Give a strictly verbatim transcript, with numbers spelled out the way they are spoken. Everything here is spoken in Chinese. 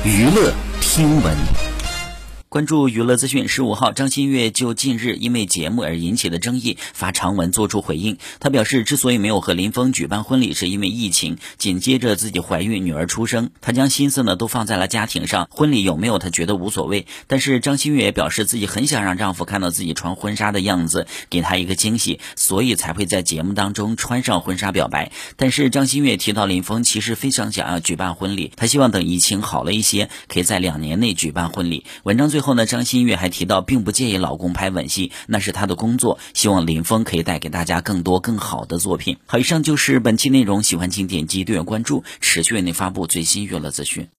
娱乐听闻。 关注娱乐资讯，十五号，张馨月就近日因为节目而引起的争议发长文作出回应。她表示，之所以没有和林峰举办婚礼，是因为疫情，紧接着自己怀孕，女儿出生，她将心思呢都放在了家庭上，婚礼有没有她觉得无所谓。但是张馨月也表示，自己很想让丈夫看到自己穿婚纱的样子，给她一个惊喜，所以才会在节目当中穿上婚纱表白。但是张馨月提到，林峰其实非常想要举办婚礼，她希望等疫情好了一些，可以在两年内举办婚礼。文章最后呢，张馨月还提到，并不介意老公拍吻戏，那是她的工作，希望林峰可以带给大家更多更好的作品。好，以上就是本期内容，喜欢请点击订阅关注，持续为您发布最新娱乐资讯。